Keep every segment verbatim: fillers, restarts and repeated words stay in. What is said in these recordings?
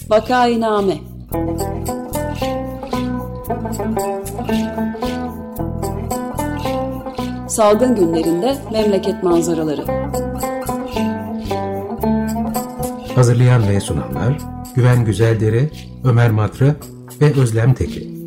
Vakainame. Salgın günlerinde memleket manzaraları. Hazırlayan ve sunanlar Güven Güzeldere, Ömer Madra ve Özlem Tekin.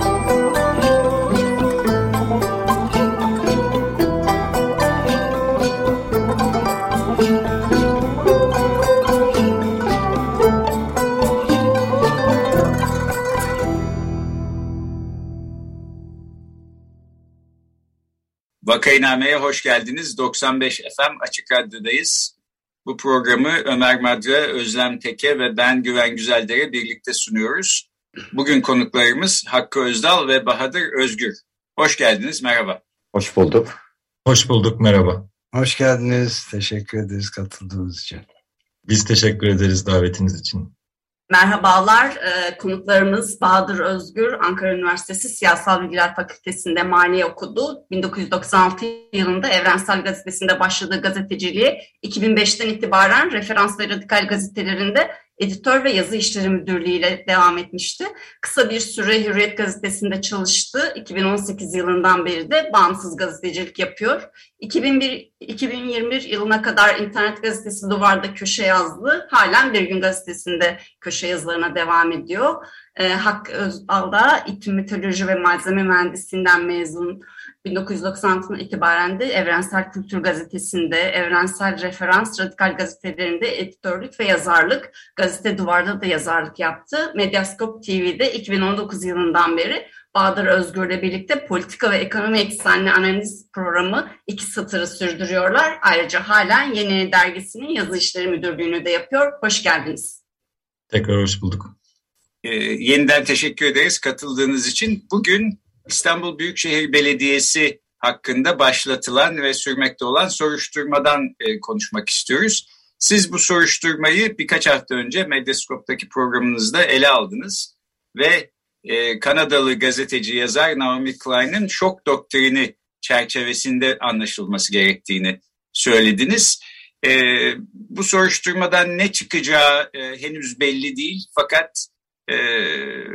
Vakainame'ye hoş geldiniz. doksan beş F M Açık Radyo'dayız. Bu programı Ömer Madra, Özlem Teke ve ben Güven Güzeldere birlikte sunuyoruz. Bugün konuklarımız Hakkı Özdal ve Bahadır Özgür. Hoş geldiniz, merhaba. Hoş bulduk. Hoş bulduk, merhaba. Hoş geldiniz, teşekkür ederiz katıldığınız için. Biz teşekkür ederiz davetiniz için. Merhabalar, konuklarımız Bahadır Özgür, Ankara Üniversitesi Siyasal Bilgiler Fakültesi'nde maliye okudu. bin dokuz yüz doksan altı yılında Evrensel Gazetesi'nde başladığı gazeteciliği iki bin beşten itibaren Referans ve Radikal gazetelerinde editör ve yazı işleri müdürlüğüyle devam etmişti. Kısa bir süre Hürriyet Gazetesi'nde çalıştı. iki bin on sekiz yılından beri de bağımsız gazetecilik yapıyor. iki bin bir iki bin yirmi bir yılına kadar internet gazetesi Duvar'da köşe yazdı. Halen Bir Gün Gazetesi'nde köşe yazılarına devam ediyor. Ee, Hakkı Özdal da İTÜ Meteoroloji ve Malzeme Mühendisliğinden mezun. bin dokuz yüz doksan altıdan itibaren de Evrensel Kültür Gazetesi'nde, Evrensel Referans, Radikal gazetelerinde editörlük ve yazarlık, Gazete Duvar'da da yazarlık yaptı. Medyaskop T V'de iki bin on dokuz yılından beri Bahadır Özgür'le birlikte politika ve ekonomi eksenli analiz programı İki Satır'ı sürdürüyorlar. Ayrıca halen Yeni Dergisi'nin yazı işleri müdürlüğünü de yapıyor. Hoş geldiniz. Tekrar hoş bulduk. Ee, yeniden teşekkür ederiz katıldığınız için. Bugün İstanbul Büyükşehir Belediyesi hakkında başlatılan ve sürmekte olan soruşturmadan e, konuşmak istiyoruz. Siz bu soruşturmayı birkaç hafta önce Medyaskop'taki programınızda ele aldınız ve e, Kanadalı gazeteci yazar Naomi Klein'in şok doktrini çerçevesinde anlaşılması gerektiğini söylediniz. E, bu soruşturmadan ne çıkacağı e, henüz belli değil, fakat Ee,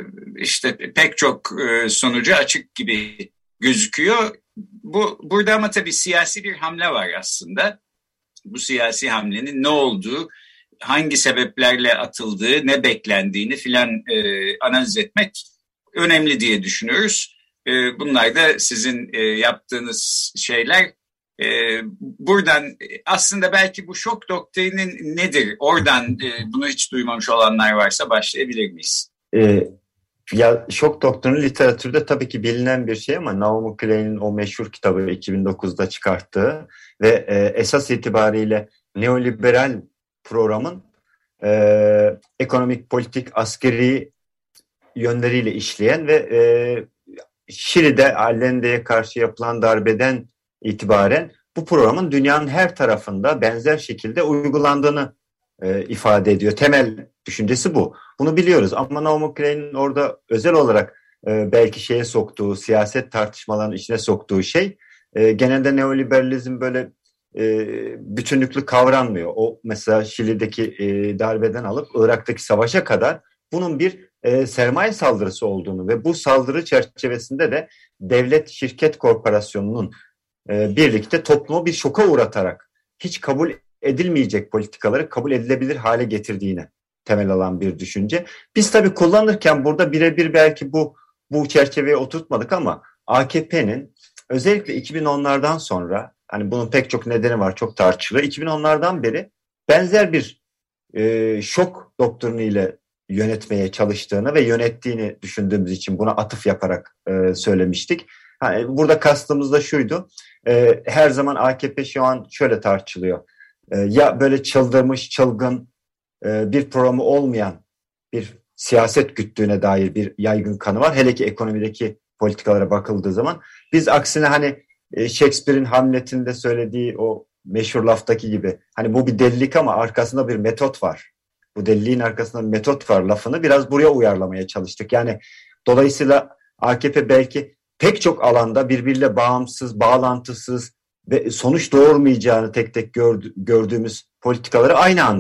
işte pek çok e, sonucu açık gibi gözüküyor. Bu burada ama tabii siyasi bir hamle var aslında. Bu siyasi hamlenin ne olduğu, hangi sebeplerle atıldığı, ne beklendiğini filan e, analiz etmek önemli diye düşünüyoruz. E, bunlar da sizin e, yaptığınız şeyler. Ee, buradan aslında belki bu şok doktrinin nedir? Oradan e, bunu hiç duymamış olanlar varsa başlayabilir miyiz? Ee, ya şok doktrini literatürde tabii ki bilinen bir şey ama Naomi Klein'in o meşhur kitabı iki bin dokuzda çıkarttığı ve e, esas itibariyle neoliberal programın e, ekonomik, politik, askeri yönleriyle işleyen ve e, Şili'de Allende'ye karşı yapılan darbeden itibaren bu programın dünyanın her tarafında benzer şekilde uygulandığını e, ifade ediyor. Temel düşüncesi bu. Bunu biliyoruz ama Naomi Klein'in orada özel olarak e, belki şeye soktuğu, siyaset tartışmalarının içine soktuğu şey e, genelde neoliberalizm böyle e, bütünlüklü kavranmıyor. O mesela Şili'deki e, darbeden alıp Irak'taki savaşa kadar bunun bir e, sermaye saldırısı olduğunu ve bu saldırı çerçevesinde de devlet şirket korporasyonunun birlikte toplumu bir şoka uğratarak hiç kabul edilmeyecek politikaları kabul edilebilir hale getirdiğine temel alan bir düşünce. Biz tabii kullanırken burada birebir belki bu bu çerçeveye oturtmadık ama A K P'nin özellikle iki bin onlardan sonra, hani bunun pek çok nedeni var, çok tartışılır. iki bin onlardan beri benzer bir e, şok doktriniyle yönetmeye çalıştığını ve yönettiğini düşündüğümüz için buna atıf yaparak e, söylemiştik. Yani burada kastımız da şuydu. E, her zaman A K P şu an şöyle tartışılıyor. E, ya böyle çıldırmış, çılgın e, bir programı olmayan bir siyaset güttüğüne dair bir yaygın kanı var. Hele ki ekonomideki politikalara bakıldığı zaman. Biz aksine hani e, Shakespeare'in Hamlet'inde söylediği o meşhur laftaki gibi hani bu bir delilik ama arkasında bir metot var. Bu deliliğin arkasında bir metot var lafını biraz buraya uyarlamaya çalıştık. Yani dolayısıyla A K P belki pek çok alanda birbiriyle bağımsız, bağlantısız ve sonuç doğurmayacağını tek tek gördüğümüz politikaları aynı anda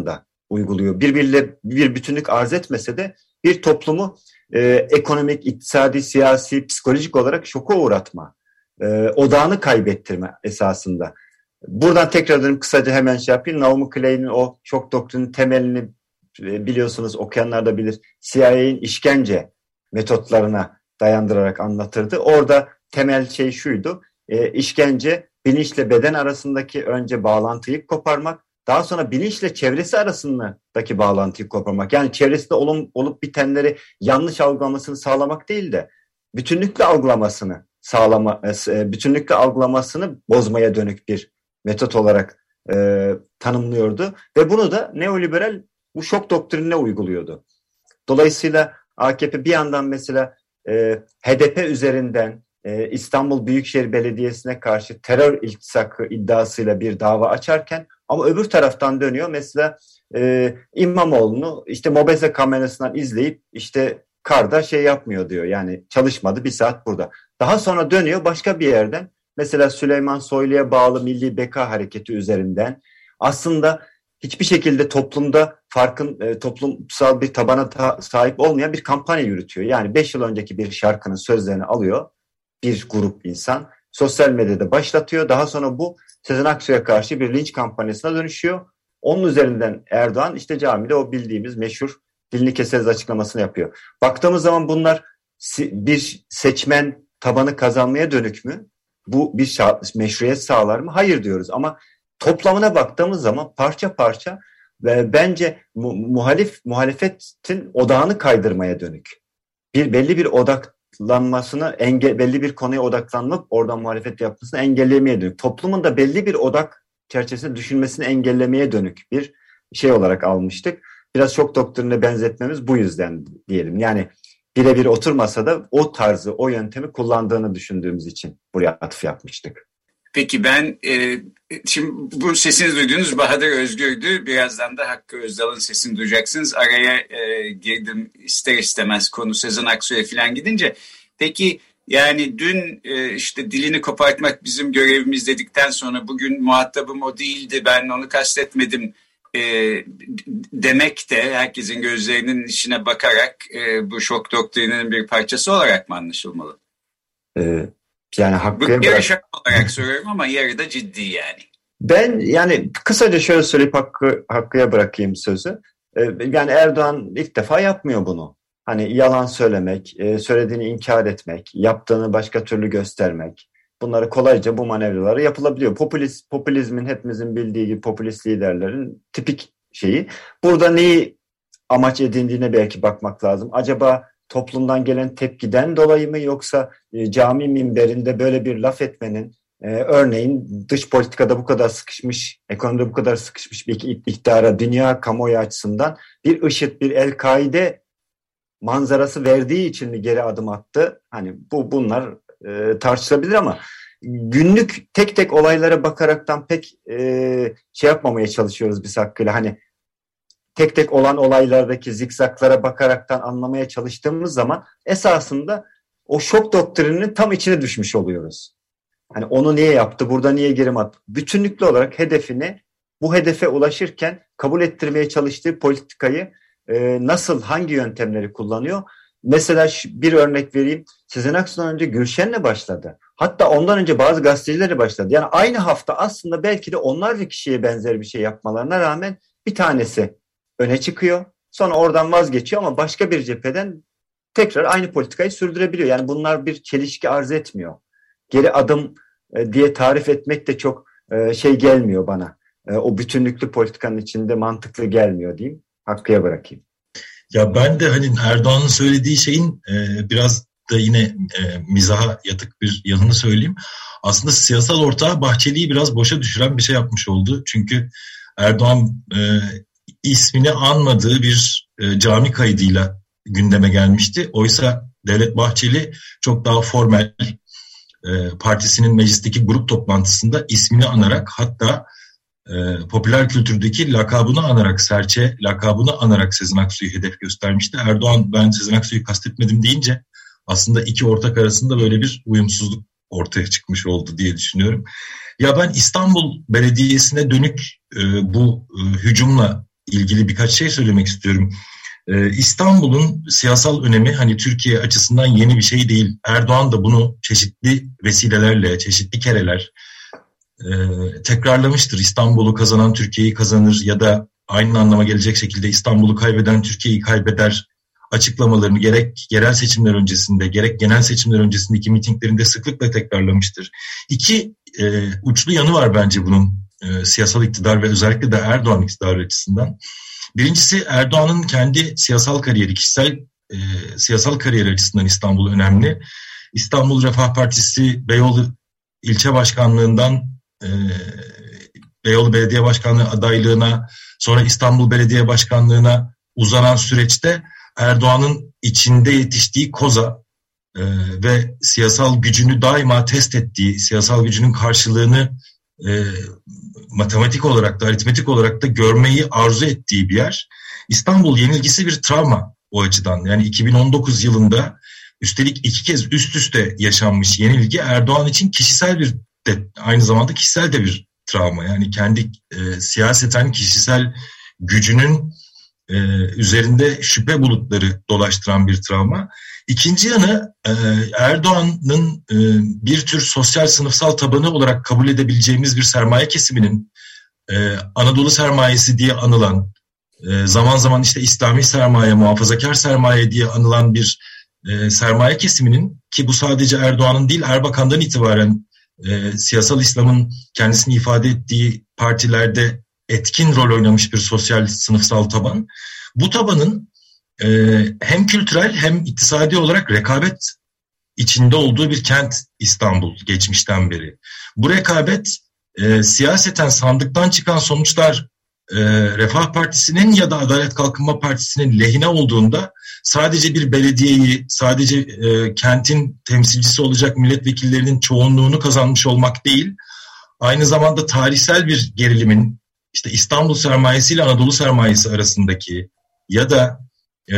uyguluyor. Birbiriyle bir bütünlük arz etmese de bir toplumu e, ekonomik, iktisadi, siyasi, psikolojik olarak şoka uğratma, e, odağını kaybettirme esasında. Buradan tekrar dönüp kısaca hemen şey yapayım. Naomi Klein'in o şok doktrinin temelini e, biliyorsunuz, okuyanlar da bilir. C I A'nin işkence metotlarına dayandırarak anlatırdı. Orada temel şey şuydu. E, işkence bilinçle beden arasındaki önce bağlantıyı koparmak, daha sonra bilinçle çevresi arasındaki bağlantıyı koparmak. Yani çevresinde olup, olup bitenleri yanlış algılamasını sağlamak değil de bütünlükle algılamasını sağlama, bütünlükle algılamasını bozmaya dönük bir metot olarak e, tanımlıyordu. Ve bunu da neoliberal bu şok doktrinine uyguluyordu. Dolayısıyla A K P bir yandan mesela e, H D P üzerinden e, İstanbul Büyükşehir Belediyesi'ne karşı terör iltisakı iddiasıyla bir dava açarken, ama öbür taraftan dönüyor mesela e, İmamoğlu'nu işte mobese kamerasından izleyip işte karda şey yapmıyor diyor. Yani çalışmadı, bir saat burada. Daha sonra dönüyor başka bir yerden mesela Süleyman Soylu'ya bağlı Milli Beka Hareketi üzerinden aslında hiçbir şekilde toplumda farkın e, toplumsal bir tabana ta- sahip olmayan bir kampanya yürütüyor. Yani beş yıl önceki bir şarkının sözlerini alıyor bir grup insan, sosyal medyada başlatıyor. Daha sonra bu Sezen Aksu'ya karşı bir linç kampanyasına dönüşüyor. Onun üzerinden Erdoğan işte camide o bildiğimiz meşhur dilini keseriz açıklamasını yapıyor. Baktığımız zaman bunlar bir seçmen tabanı kazanmaya dönük mü? Bu bir meşruiyet sağlar mı? Hayır diyoruz, ama toplamına baktığımız zaman parça parça ve bence mu- muhalif muhalefetin odağını kaydırmaya dönük. Bir belli bir odaklanmasını enge, belli bir konuya odaklanıp oradan muhalefet yapmasını engellemeye dönük. Toplumun da belli bir odak çerçevesinde düşünmesini engellemeye dönük bir şey olarak almıştık. Biraz şok doktrinine benzetmemiz bu yüzden diyelim. Yani birebir oturmasa da o tarzı, o yöntemi kullandığını düşündüğümüz için buraya atıf yapmıştık. Peki ben e, şimdi bu sesini duyduğunuz Bahadır Özgür'dü. Birazdan da Hakkı Özdal'ın sesini duyacaksınız. Araya e, girdim ister istemez konu Sezen Aksu'ya falan gidince. Peki yani dün e, işte dilini kopartmak bizim görevimiz dedikten sonra bugün muhatabım o değildi, ben onu kastetmedim e, demek de herkesin gözlerinin içine bakarak e, bu şok doktrininin bir parçası olarak mı anlaşılmalı? Evet. Yani Hakkı'ya bu yarı bırak... şaka olarak soruyorum ama yarı da ciddi yani. Ben yani kısaca şöyle söyleyip Hakkı, Hakkı'ya bırakayım sözü. Yani Erdoğan ilk defa yapmıyor bunu. Hani yalan söylemek, söylediğini inkar etmek, yaptığını başka türlü göstermek. Bunları kolayca bu manevraları yapılabiliyor. Popülist, popülizmin hepimizin bildiği gibi popülist liderlerin tipik şeyi. Burada neyi amaç edindiğine belki bakmak lazım. Acaba toplumdan gelen tepkiden dolayı mı, yoksa e, cami minberinde böyle bir laf etmenin e, örneğin dış politikada bu kadar sıkışmış, ekonomide bu kadar sıkışmış bir iktidara, dünya kamuoyu açısından bir IŞİD, bir El-Kaide manzarası verdiği için mi geri adım attı? Hani bu bunlar e, tartışılabilir, ama günlük tek tek olaylara bakaraktan pek e, şey yapmamaya çalışıyoruz biz Hakkı'yla. Hani tek tek olan olaylardaki zikzaklara bakaraktan anlamaya çalıştığımız zaman esasında o şok doktrininin tam içine düşmüş oluyoruz. Hani onu niye yaptı, burada niye geri attı? Bütünlüklü olarak hedefini, bu hedefe ulaşırken kabul ettirmeye çalıştığı politikayı e, nasıl, hangi yöntemleri kullanıyor? Mesela bir örnek vereyim. Sezen Aksu'dan önce Gülşen'le başladı. Hatta ondan önce bazı gazetecilerle başladı. Yani aynı hafta aslında belki de onlarca kişiye benzer bir şey yapmalarına rağmen bir tanesi öne çıkıyor. Sonra oradan vazgeçiyor ama başka bir cepheden tekrar aynı politikayı sürdürebiliyor. Yani bunlar bir çelişki arz etmiyor. Geri adım e, diye tarif etmek de çok e, şey gelmiyor bana. E, o bütünlüklü politikanın içinde mantıklı gelmiyor diyeyim. Hakkı'ya bırakayım. Ya ben de hani Erdoğan'ın söylediği şeyin e, biraz da yine e, mizaha yatık bir yanını söyleyeyim. Aslında siyasal ortağı Bahçeli'yi biraz boşa düşüren bir şey yapmış oldu. Çünkü Erdoğan e, ismini anmadığı bir e, cami kaydıyla gündeme gelmişti. Oysa Devlet Bahçeli çok daha formel, e, partisinin meclisteki grup toplantısında ismini anarak, hatta e, popüler kültürdeki lakabını anarak, serçe lakabını anarak Sezen Aksu'yu hedef göstermişti. Erdoğan ben Sezen Aksu'yu kastetmedim deyince aslında iki ortak arasında böyle bir uyumsuzluk ortaya çıkmış oldu diye düşünüyorum. Ya ben İstanbul Belediyesi'ne dönük e, bu e, hücumla ilgili birkaç şey söylemek istiyorum. Ee, İstanbul'un siyasal önemi hani Türkiye açısından yeni bir şey değil. Erdoğan da bunu çeşitli vesilelerle, çeşitli kereler e, tekrarlamıştır. İstanbul'u kazanan Türkiye'yi kazanır ya da aynı anlama gelecek şekilde İstanbul'u kaybeden Türkiye'yi kaybeder açıklamalarını gerek yerel seçimler öncesinde gerek genel seçimler öncesindeki mitinglerinde sıklıkla tekrarlamıştır. İki e, uçlu yanı var bence bunun e, siyasal iktidar ve özellikle de Erdoğan iktidarı açısından. Birincisi Erdoğan'ın kendi siyasal kariyeri, kişisel e, siyasal kariyeri açısından İstanbul önemli. İstanbul Refah Partisi Beyoğlu ilçe başkanlığından e, Beyoğlu Belediye Başkanlığı adaylığına, sonra İstanbul Belediye Başkanlığına uzanan süreçte Erdoğan'ın içinde yetiştiği koza e, ve siyasal gücünü daima test ettiği, siyasal gücünün karşılığını e, matematik olarak da aritmetik olarak da görmeyi arzu ettiği bir yer. İstanbul yenilgisi bir travma o açıdan. Yani iki bin on dokuz yılında üstelik iki kez üst üste yaşanmış yenilgi Erdoğan için kişisel bir de aynı zamanda kişisel de bir travma. Yani kendi e, siyaseten kişisel gücünün e, üzerinde şüphe bulutları dolaştıran bir travma. İkinci yanı e, Erdoğan'ın e, bir tür sosyal sınıfsal tabanı olarak kabul edebileceğimiz bir sermaye kesiminin e, Anadolu sermayesi diye anılan, e, zaman zaman işte İslami sermaye, muhafazakar sermaye diye anılan bir e, sermaye kesiminin, ki bu sadece Erdoğan'ın değil Erbakan'dan itibaren e, siyasal İslam'ın kendisini ifade ettiği partilerde etkin rol oynamış bir sosyal sınıfsal taban. Bu tabanın e, hem kültürel hem iktisadi olarak rekabet içinde olduğu bir kent İstanbul geçmişten beri. Bu rekabet e, siyaseten sandıktan çıkan sonuçlar e, Refah Partisi'nin ya da Adalet Kalkınma Partisi'nin lehine olduğunda sadece bir belediyeyi, sadece e, kentin temsilcisi olacak milletvekillerinin çoğunluğunu kazanmış olmak değil, aynı zamanda tarihsel bir gerilimin işte İstanbul sermayesi ile Anadolu sermayesi arasındaki ya da e,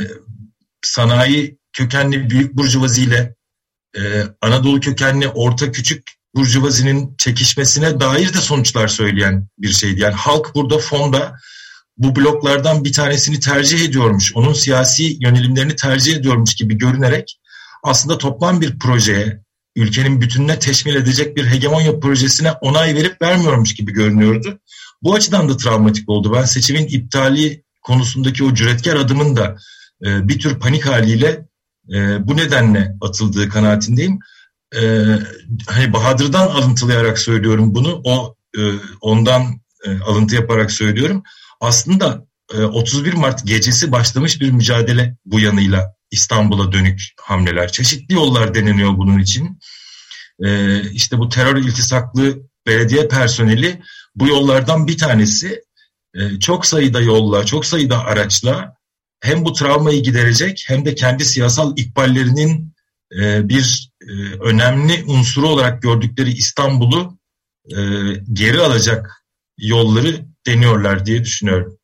sanayi kökenli büyük burjuvazi ile e, Anadolu kökenli orta küçük burjuvazinin çekişmesine dair de sonuçlar söyleyen bir şeydi. Yani halk burada fonda bu bloklardan bir tanesini tercih ediyormuş, onun siyasi yönelimlerini tercih ediyormuş gibi görünerek aslında toplam bir projeye, ülkenin bütününe teşmil edecek bir hegemonya projesine onay verip vermiyormuş gibi görünüyordu. Bu açıdan da travmatik oldu. Ben seçimin iptali konusundaki o cüretkar adımın da e, bir tür panik haliyle e, bu nedenle atıldığı kanaatindeyim. E, hani Bahadır'dan alıntılayarak söylüyorum bunu, o e, ondan e, alıntı yaparak söylüyorum. Aslında e, otuz bir Mart gecesi başlamış bir mücadele bu yanıyla İstanbul'a dönük hamleler. Çeşitli yollar deneniyor bunun için. E, işte bu terör iltisaklı belediye personeli bu yollardan bir tanesi. E, çok sayıda yolla, çok sayıda araçla hem bu travmayı giderecek hem de kendi siyasal ikballerinin e, bir e, önemli unsuru olarak gördükleri İstanbul'u e, geri alacak yolları deniyorlar diye düşünüyorum.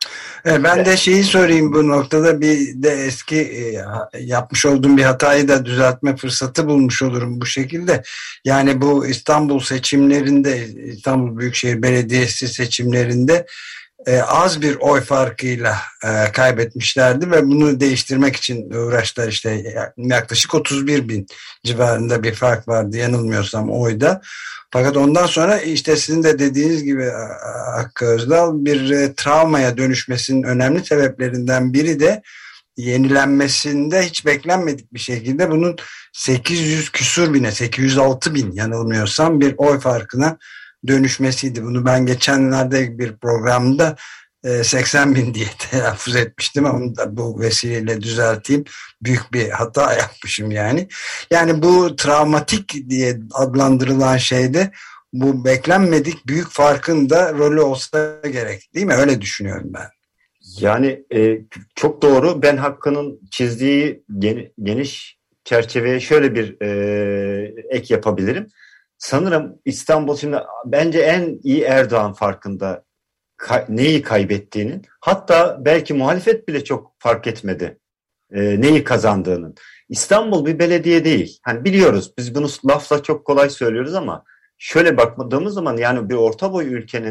Ben de şeyi sorayım bu noktada, bir de eski yapmış olduğum bir hatayı da düzeltme fırsatı bulmuş olurum bu şekilde. Yani bu İstanbul seçimlerinde, İstanbul Büyükşehir Belediyesi seçimlerinde az bir oy farkıyla kaybetmişlerdi ve bunu değiştirmek için uğraştılar. İşte yaklaşık otuz bir bin civarında bir fark vardı yanılmıyorsam oyda. Fakat ondan sonra işte sizin de dediğiniz gibi Hakkı Özdal, bir e, travmaya dönüşmesinin önemli sebeplerinden biri de yenilenmesinde hiç beklenmedik bir şekilde bunun sekiz yüz küsur bine, sekiz yüz altı bin yanılmıyorsam bir oy farkına dönüşmesiydi. Bunu ben geçenlerde bir programda e, seksen bin diye telaffuz etmiştim ama da bu vesileyle düzelteyim. Büyük bir hata yapmışım yani. Yani bu travmatik diye adlandırılan şeyde bu beklenmedik büyük farkın da rolü olsa gerek, değil mi? Öyle düşünüyorum ben. Yani e, çok doğru. Ben Hakkı'nın çizdiği geni, geniş çerçeveye şöyle bir e, ek yapabilirim. Sanırım İstanbul şimdi bence en iyi Erdoğan farkında ka- neyi kaybettiğinin, hatta belki muhalefet bile çok fark etmedi e, neyi kazandığının. İstanbul bir belediye değil. Hani biliyoruz, biz bunu lafla çok kolay söylüyoruz ama şöyle bakmadığımız zaman yani bir orta boy ülkenin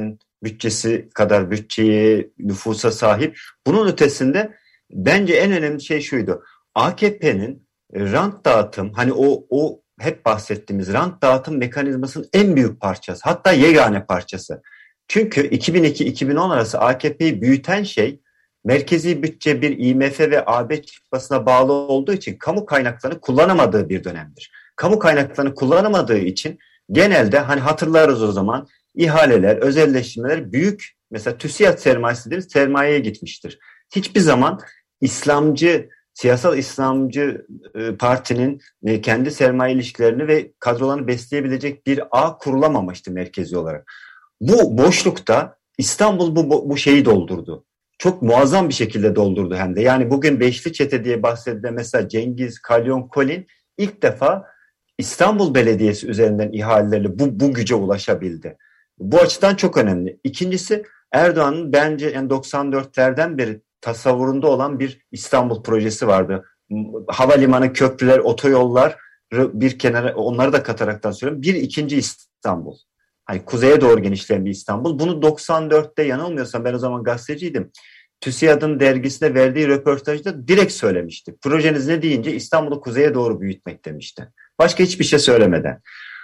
bütçesi kadar bütçeye, nüfusa sahip. Bunun ötesinde bence en önemli şey şuydu. A K P'nin rant dağıtım, hani o o hep bahsettiğimiz rant dağıtım mekanizmasının en büyük parçası, hatta yegane parçası. Çünkü iki bin iki iki bin on arası A K P'yi büyüten şey, merkezi bütçe bir I M F ve A B çıkmasına bağlı olduğu için kamu kaynaklarını kullanamadığı bir dönemdir. Kamu kaynaklarını kullanamadığı için genelde, hani hatırlarız o zaman, ihaleler, özelleştirmeler büyük, mesela TÜSİAD sermayesi dediğimiz sermayeye gitmiştir. Hiçbir zaman İslamcı, siyasal İslamcı e, partinin e, kendi sermaye ilişkilerini ve kadrolarını besleyebilecek bir ağ kurulamamıştı merkezi olarak. Bu boşlukta İstanbul bu, bu şeyi doldurdu. Çok muazzam bir şekilde doldurdu hem de. Yani bugün Beşli Çete diye bahsedilen mesela Cengiz, Kalyon, Kolin ilk defa İstanbul Belediyesi üzerinden ihalelerle bu, bu güce ulaşabildi. Bu açıdan çok önemli. İkincisi, Erdoğan'ın bence yani doksan dörtlerden beri tasavvurunda olan bir İstanbul projesi vardı. Havalimanı, köprüler, otoyollar bir kenara, onları da kataraktan söylüyorum. Bir ikinci İstanbul. Hani kuzeye doğru genişleyen bir İstanbul. Bunu doksan dörtte yanılmıyorsam, ben o zaman gazeteciydim, TÜSİAD'ın dergisine verdiği röportajda direkt söylemişti. Projeniz ne deyince İstanbul'u kuzeye doğru büyütmek demişti. Başka hiçbir şey söylemeden.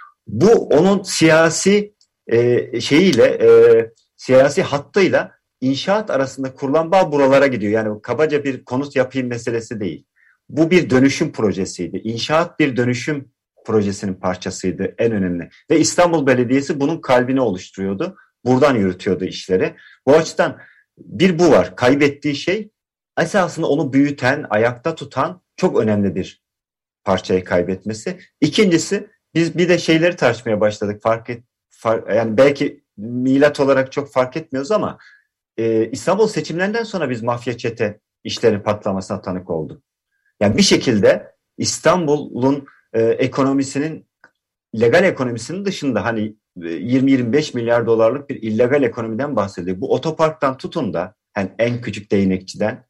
Bu onun siyasi e, şeyiyle, e, siyasi hattıyla inşaat arasında kurulan bağ buralara gidiyor. Yani kabaca bir konut yapayım meselesi değil. Bu bir dönüşüm projesiydi. İnşaat bir dönüşüm projesinin parçasıydı en önemli. Ve İstanbul Belediyesi bunun kalbini oluşturuyordu. Buradan yürütüyordu işleri. Bu açıdan bir bu var. Kaybettiği şey esasında onu büyüten, ayakta tutan çok önemli bir parçayı kaybetmesi. İkincisi, biz bir de şeyleri tartışmaya başladık. Fark et, fark, yani belki milat olarak çok fark etmiyoruz ama e, İstanbul seçimlerinden sonra biz mafya çete işlerin patlamasına tanık olduk. Yani bir şekilde İstanbul'un e, ekonomisinin, legal ekonomisinin dışında hani yirmi yirmi beş milyar dolarlık bir illegal ekonomiden bahsediyor. Bu otoparktan tutun da, yani en küçük değnekçiden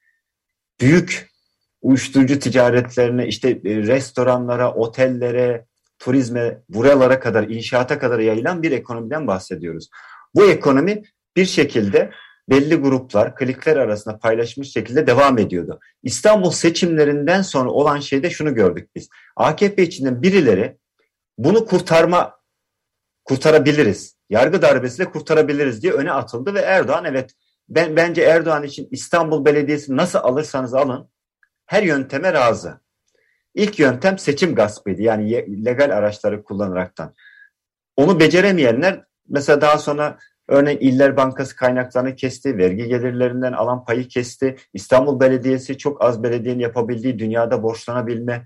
büyük uyuşturucu ticaretlerine, işte restoranlara, otellere, turizme, buralara kadar, inşaata kadar yayılan bir ekonomiden bahsediyoruz. Bu ekonomi bir şekilde belli gruplar, klikler arasında paylaşmış şekilde devam ediyordu. İstanbul seçimlerinden sonra olan şeyde şunu gördük biz. A K P içinden birileri bunu kurtarma, kurtarabiliriz, yargı darbesiyle kurtarabiliriz diye öne atıldı ve Erdoğan, evet, ben bence Erdoğan için İstanbul Belediyesi nasıl alırsanız alın, her yönteme razı. İlk yöntem seçim gaspıydı, yani legal araçları kullanaraktan. Onu beceremeyenler mesela daha sonra örneğin İller Bankası kaynaklarını kesti, vergi gelirlerinden alan payı kesti. İstanbul Belediyesi çok az belediyenin yapabildiği, dünyada borçlanabilme,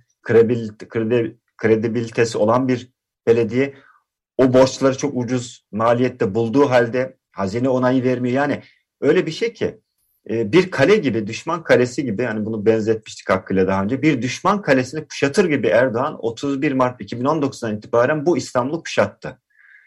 kredi, kredibilitesi olan bir belediye. O borçları çok ucuz maliyette bulduğu halde hazine onayı vermiyor. Yani öyle bir şey ki bir kale gibi, düşman kalesi gibi, hani bunu benzetmiştik Hakkı'yla daha önce, bir düşman kalesini kuşatır gibi Erdoğan otuz bir Mart iki bin on dokuzdan itibaren bu İstanbul'u kuşattı.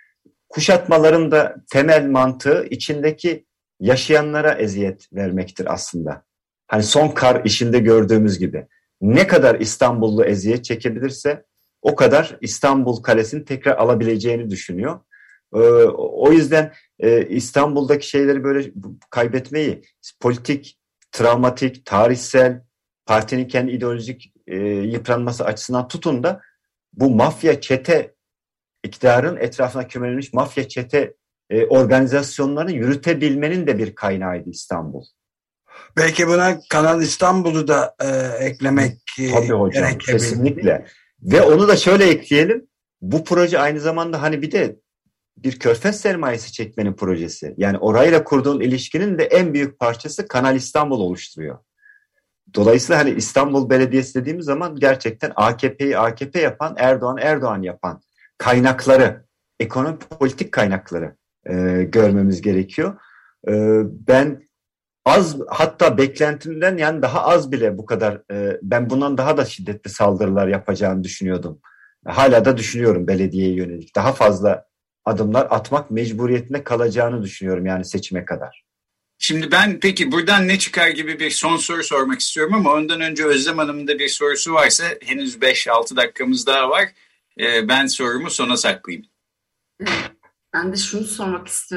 Kuşatmaların da temel mantığı içindeki yaşayanlara eziyet vermektir aslında. Hani son kar işinde gördüğümüz gibi. Ne kadar İstanbullu eziyet çekebilirse o kadar İstanbul Kalesi'ni tekrar alabileceğini düşünüyor. Ee, o yüzden e, İstanbul'daki şeyleri böyle kaybetmeyi, politik, travmatik, tarihsel, partinin kendi ideolojik e, yıpranması açısından tutun da bu mafya çete, iktidarın etrafına kümelenmiş mafya çete e, organizasyonlarını yürütebilmenin de bir kaynağıydı İstanbul. Belki buna Kanal İstanbul'u da e, eklemek Tabii hocam, kesinlikle. Ve onu da şöyle ekleyelim. Bu proje aynı zamanda hani bir de bir körfez sermayesi çekmenin projesi. Yani orayla kurduğun ilişkinin de en büyük parçası Kanal İstanbul oluşturuyor. Dolayısıyla hani İstanbul Belediyesi dediğimiz zaman gerçekten A K P'yi A K P yapan, Erdoğan Erdoğan yapan kaynakları, ekonomik politik kaynakları e, görmemiz gerekiyor. E, ben az, hatta beklentimden yani daha az bile bu kadar, e, ben bundan daha da şiddetli saldırılar yapacağını düşünüyordum. Hala da düşünüyorum belediyeye yönelik. Daha fazla adımlar atmak mecburiyetinde kalacağını düşünüyorum yani seçime kadar. Şimdi ben peki buradan ne çıkar gibi bir son soru sormak istiyorum ama ondan önce Özlem Hanım'ın da bir sorusu varsa, henüz beş altı dakikamız daha var. Ben sorumu sona saklayayım. Ben de şunu sormak istiyorum.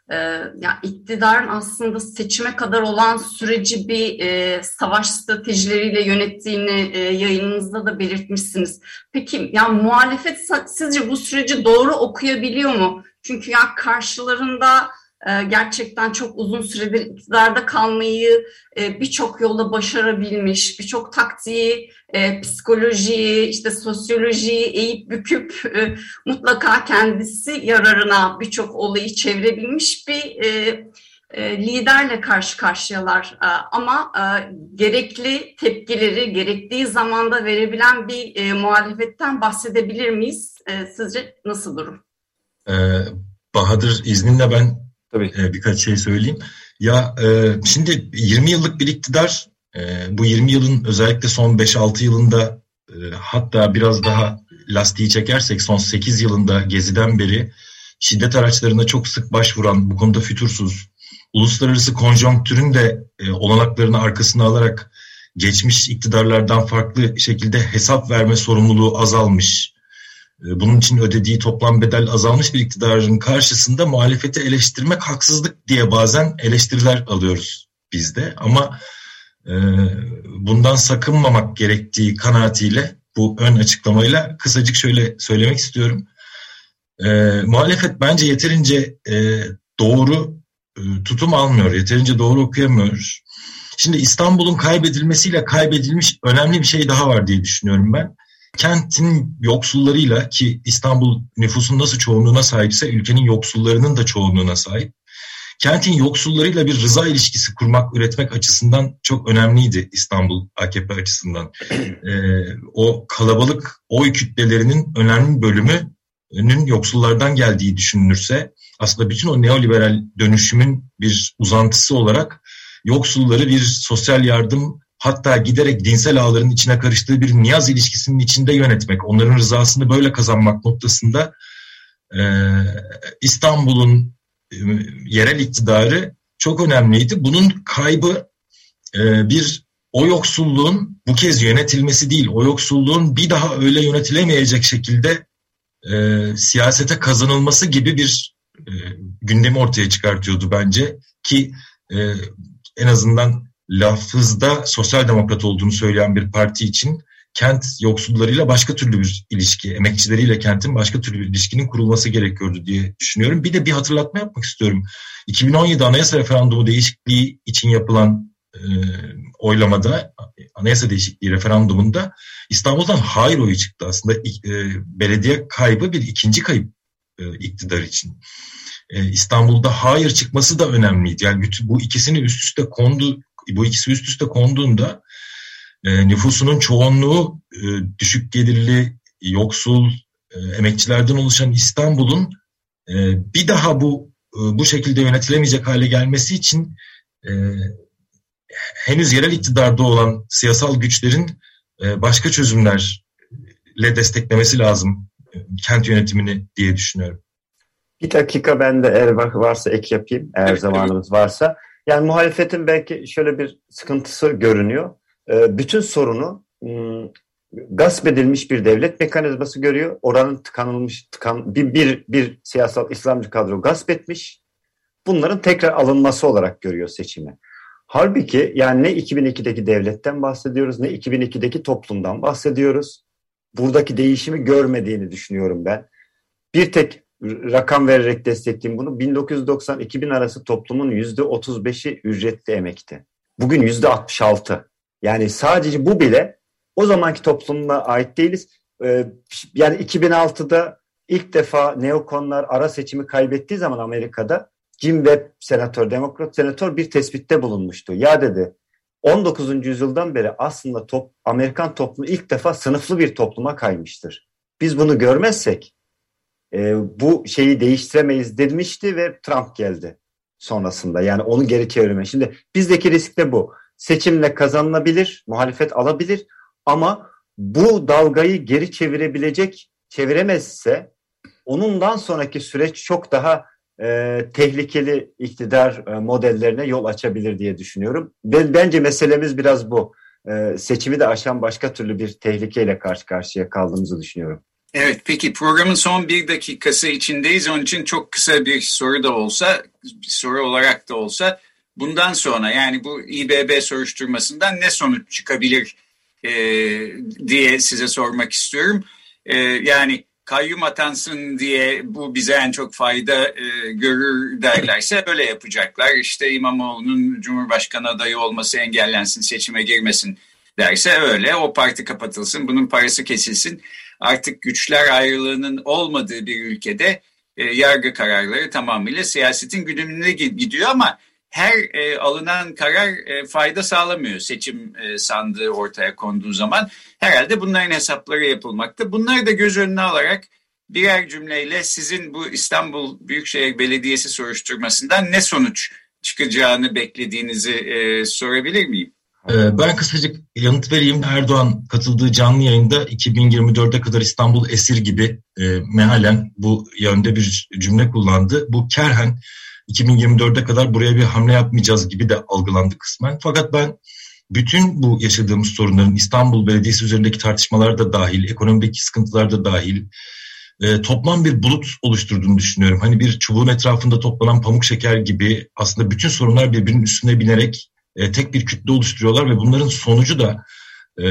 e, ya iktidarın aslında seçime kadar olan süreci bir e, savaş stratejileriyle yönettiğini e, yayınınızda da belirtmişsiniz. Peki ya muhalefet sizce bu süreci doğru okuyabiliyor mu? Çünkü ya karşılarında gerçekten çok uzun süredir iktidarda kalmayı birçok yolda başarabilmiş, birçok taktiği, psikolojiyi, işte sosyolojiyi eğip büküp mutlaka kendisi yararına birçok olayı çevirebilmiş bir liderle karşı karşıyalar. Ama gerekli tepkileri gerektiği zamanda verebilen bir muhalefetten bahsedebilir miyiz? Sizce nasıl durum? Ee, Bahadır, izninle ben Tabii. Ee, birkaç şey söyleyeyim. Ya e, şimdi yirmi yıllık bir iktidar, e, bu yirmi yılın özellikle son beş altı yılında, e, hatta biraz daha lastiği çekersek son sekiz yılında Gezi'den beri şiddet araçlarına çok sık başvuran, bu konuda fütursuz, uluslararası konjonktürün de e, olanaklarını arkasına alarak geçmiş iktidarlardan farklı şekilde hesap verme sorumluluğu azalmış, bunun için ödediği toplam bedel azalmış bir iktidarın karşısında muhalefeti eleştirmek haksızlık diye bazen eleştiriler alıyoruz biz de. Ama e, bundan sakınmamak gerektiği kanaatiyle, bu ön açıklamayla kısacık şöyle söylemek istiyorum. E, muhalefet bence yeterince e, doğru e, tutum almıyor, yeterince doğru okuyamıyor. Şimdi İstanbul'un kaybedilmesiyle kaybedilmiş önemli bir şey daha var diye düşünüyorum ben. Kentin yoksullarıyla, ki İstanbul nüfusun nasıl çoğunluğuna sahipse ülkenin yoksullarının da çoğunluğuna sahip. Kentin yoksullarıyla bir rıza ilişkisi kurmak, üretmek açısından çok önemliydi İstanbul A K P açısından. Ee, o kalabalık oy kütlelerinin önemli bölümünün yoksullardan geldiği düşünülürse, aslında bütün o neoliberal dönüşümün bir uzantısı olarak yoksulları bir sosyal yardım, hatta giderek dinsel ağların içine karıştığı bir niyaz ilişkisinin içinde yönetmek, onların rızasını böyle kazanmak noktasında e, İstanbul'un e, yerel iktidarı çok önemliydi. Bunun kaybı e, bir o yoksulluğun bu kez yönetilmesi değil, o yoksulluğun bir daha öyle yönetilemeyecek şekilde e, siyasete kazanılması gibi bir e, gündemi ortaya çıkartıyordu bence, ki e, en azından lafızda sosyal demokrat olduğunu söyleyen bir parti için kent yoksullarıyla başka türlü bir ilişki, emekçileriyle kentin başka türlü bir ilişkinin kurulması gerekiyordu diye düşünüyorum. Bir de bir hatırlatma yapmak istiyorum. iki bin on yedi Anayasa Referandumu değişikliği için yapılan e, oylamada, anayasa değişikliği referandumunda İstanbul'dan hayır oyu çıktı. Aslında e, belediye kaybı bir ikinci kayıp e, iktidar için. E, İstanbul'da hayır çıkması da önemliydi. Yani bütün, bu ikisini üst üste kondu. Bu ikisi üst üste konduğunda e, nüfusunun çoğunluğu e, düşük gelirli, yoksul, e, emekçilerden oluşan İstanbul'un e, bir daha bu e, bu şekilde yönetilemeyecek hale gelmesi için e, henüz yerel iktidarda olan siyasal güçlerin e, başka çözümlerle desteklemesi lazım e, kent yönetimini diye düşünüyorum. Bir dakika ben de eğer varsa ek yapayım, eğer zamanımız varsa. Yani muhalefetin belki şöyle bir sıkıntısı görünüyor. Bütün sorunu gasp edilmiş bir devlet mekanizması görüyor. Oranın tıkanılmış, tıkan, bir, bir, bir siyasal İslamcı kadro gasp etmiş. Bunların tekrar alınması olarak görüyor seçimi. Halbuki yani ne iki bin ikideki devletten bahsediyoruz, ne iki bin ikideki toplumdan bahsediyoruz. Buradaki değişimi görmediğini düşünüyorum ben. Bir tek rakam vererek destekleyeyim bunu. bin dokuz yüz doksan iki bin arası toplumun yüzde otuz beşi ücretli emekti. Bugün yüzde altmış altı. Yani sadece bu bile o zamanki toplumuna ait değiliz. Ee, yani iki bin altıda ilk defa neokonlar ara seçimi kaybettiği zaman Amerika'da Jim Webb senatör, demokrat senatör bir tespitte bulunmuştu. Ya dedi, on dokuzuncu yüzyıldan beri aslında top, Amerikan toplumu ilk defa sınıflı bir topluma kaymıştır. Biz bunu görmezsek e, bu şeyi değiştiremeyiz demişti ve Trump geldi sonrasında. Yani onu geri çevirme. Şimdi bizdeki risk de bu. Seçimle kazanılabilir, muhalefet alabilir ama bu dalgayı geri çevirebilecek, çeviremezse onundan sonraki süreç çok daha e, tehlikeli iktidar e, modellerine yol açabilir diye düşünüyorum. Ben, bence meselemiz biraz bu. E, seçimi de aşan başka türlü bir tehlikeyle karşı karşıya kaldığımızı düşünüyorum. Evet, peki programın son bir dakikası içindeyiz. Onun için çok kısa bir soru da olsa, bir soru olarak da olsa bundan sonra yani bu İ B B soruşturmasından ne sonuç çıkabilir e, diye size sormak istiyorum. E, yani kayyum atansın diye bu bize en çok fayda e, görür derlerse öyle yapacaklar. İşte İmamoğlu'nun Cumhurbaşkanı adayı olması engellensin, seçime girmesin derse öyle. O parti kapatılsın, bunun parası kesilsin. Artık güçler ayrılığının olmadığı bir ülkede e, yargı kararları tamamıyla siyasetin güdümüne gidiyor ama her e, alınan karar e, fayda sağlamıyor seçim e, sandığı ortaya konduğu zaman. Herhalde bunların hesapları yapılmakta. Bunları da göz önüne alarak birer cümleyle sizin bu İstanbul Büyükşehir Belediyesi soruşturmasından ne sonuç çıkacağını beklediğinizi e, sorabilir miyim? Ben kısacık yanıt vereyim. Erdoğan katıldığı canlı yayında iki bin yirmi dörde kadar İstanbul esir gibi e, mealen bu yönde bir cümle kullandı. Bu kerhen iki bin yirmi dörde kadar buraya bir hamle yapmayacağız gibi de algılandı kısmen. Fakat ben bütün bu yaşadığımız sorunların İstanbul Belediyesi üzerindeki tartışmalar da dahil, ekonomideki sıkıntılar da dahil e, toplam bir bulut oluşturduğunu düşünüyorum. Hani bir çubuğun etrafında toplanan pamuk şeker gibi aslında bütün sorunlar birbirinin üstüne binerek e, tek bir kütle oluşturuyorlar ve bunların sonucu da e,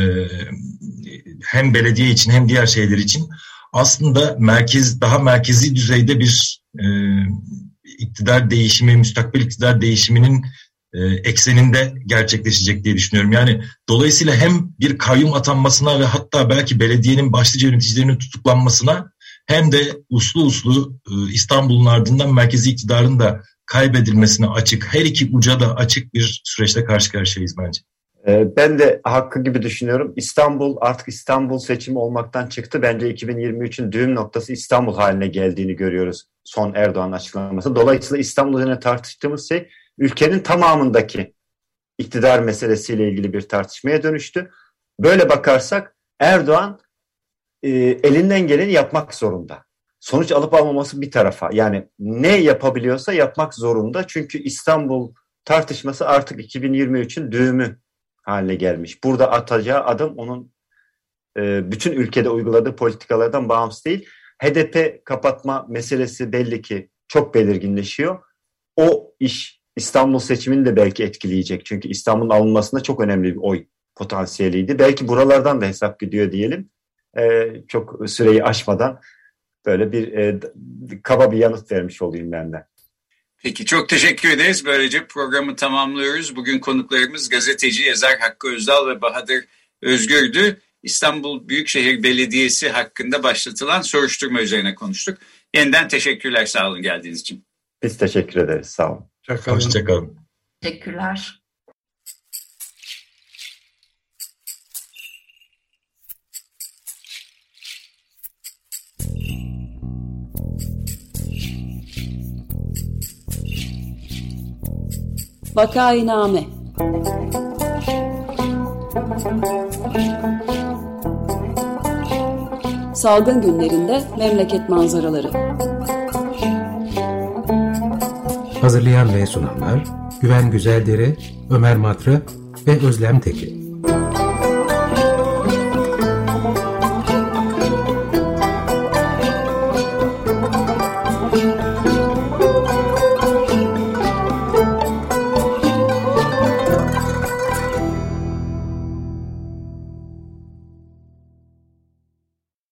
hem belediye için hem diğer şeyler için aslında merkez daha merkezi düzeyde bir e, iktidar değişimi, müstakbel iktidar değişiminin e, ekseninde gerçekleşecek diye düşünüyorum. Yani dolayısıyla hem bir kayyum atanmasına ve hatta belki belediyenin başlıca yöneticilerinin tutuklanmasına hem de uslu uslu e, İstanbul'un ardından merkezi iktidarın da kaybedilmesine açık, her iki uca da açık bir süreçte karşı karşıyayız bence. Ben de Hakkı gibi düşünüyorum. İstanbul artık İstanbul seçimi olmaktan çıktı. Bence iki bin yirmi üçün düğüm noktası İstanbul haline geldiğini görüyoruz son Erdoğan açıklaması. Dolayısıyla İstanbul üzerine tartıştığımız şey ülkenin tamamındaki iktidar meselesiyle ilgili bir tartışmaya dönüştü. Böyle bakarsak Erdoğan e, elinden geleni yapmak zorunda. Sonuç alıp almaması bir tarafa. Yani ne yapabiliyorsa yapmak zorunda. Çünkü İstanbul tartışması artık iki bin yirmi üçün düğümü haline gelmiş. Burada atacağı adım onun e, bütün ülkede uyguladığı politikalardan bağımsız değil. H D P kapatma meselesi belli ki çok belirginleşiyor. O iş İstanbul seçimini de belki etkileyecek. Çünkü İstanbul'un alınmasında çok önemli bir oy potansiyeliydi. Belki buralardan da hesap gidiyor diyelim. E, çok süreyi aşmadan böyle bir e, kaba bir yanıt vermiş olayım ben de. Peki çok teşekkür ederiz. Böylece programı tamamlıyoruz. Bugün konuklarımız gazeteci, yazar Hakkı Özdal ve Bahadır Özgür'dü. İstanbul Büyükşehir Belediyesi hakkında başlatılan soruşturma üzerine konuştuk. Yeniden teşekkürler, sağ olun geldiğiniz için. Biz teşekkür ederiz, sağ olun. Hoşçakalın. Hoşçakalın. Teşekkürler. Vakainame. Salgın günlerinde memleket manzaraları. Hazırlayan ve sunanlar Güven Güzeldere, Ömer Matra ve Özlem Tekin.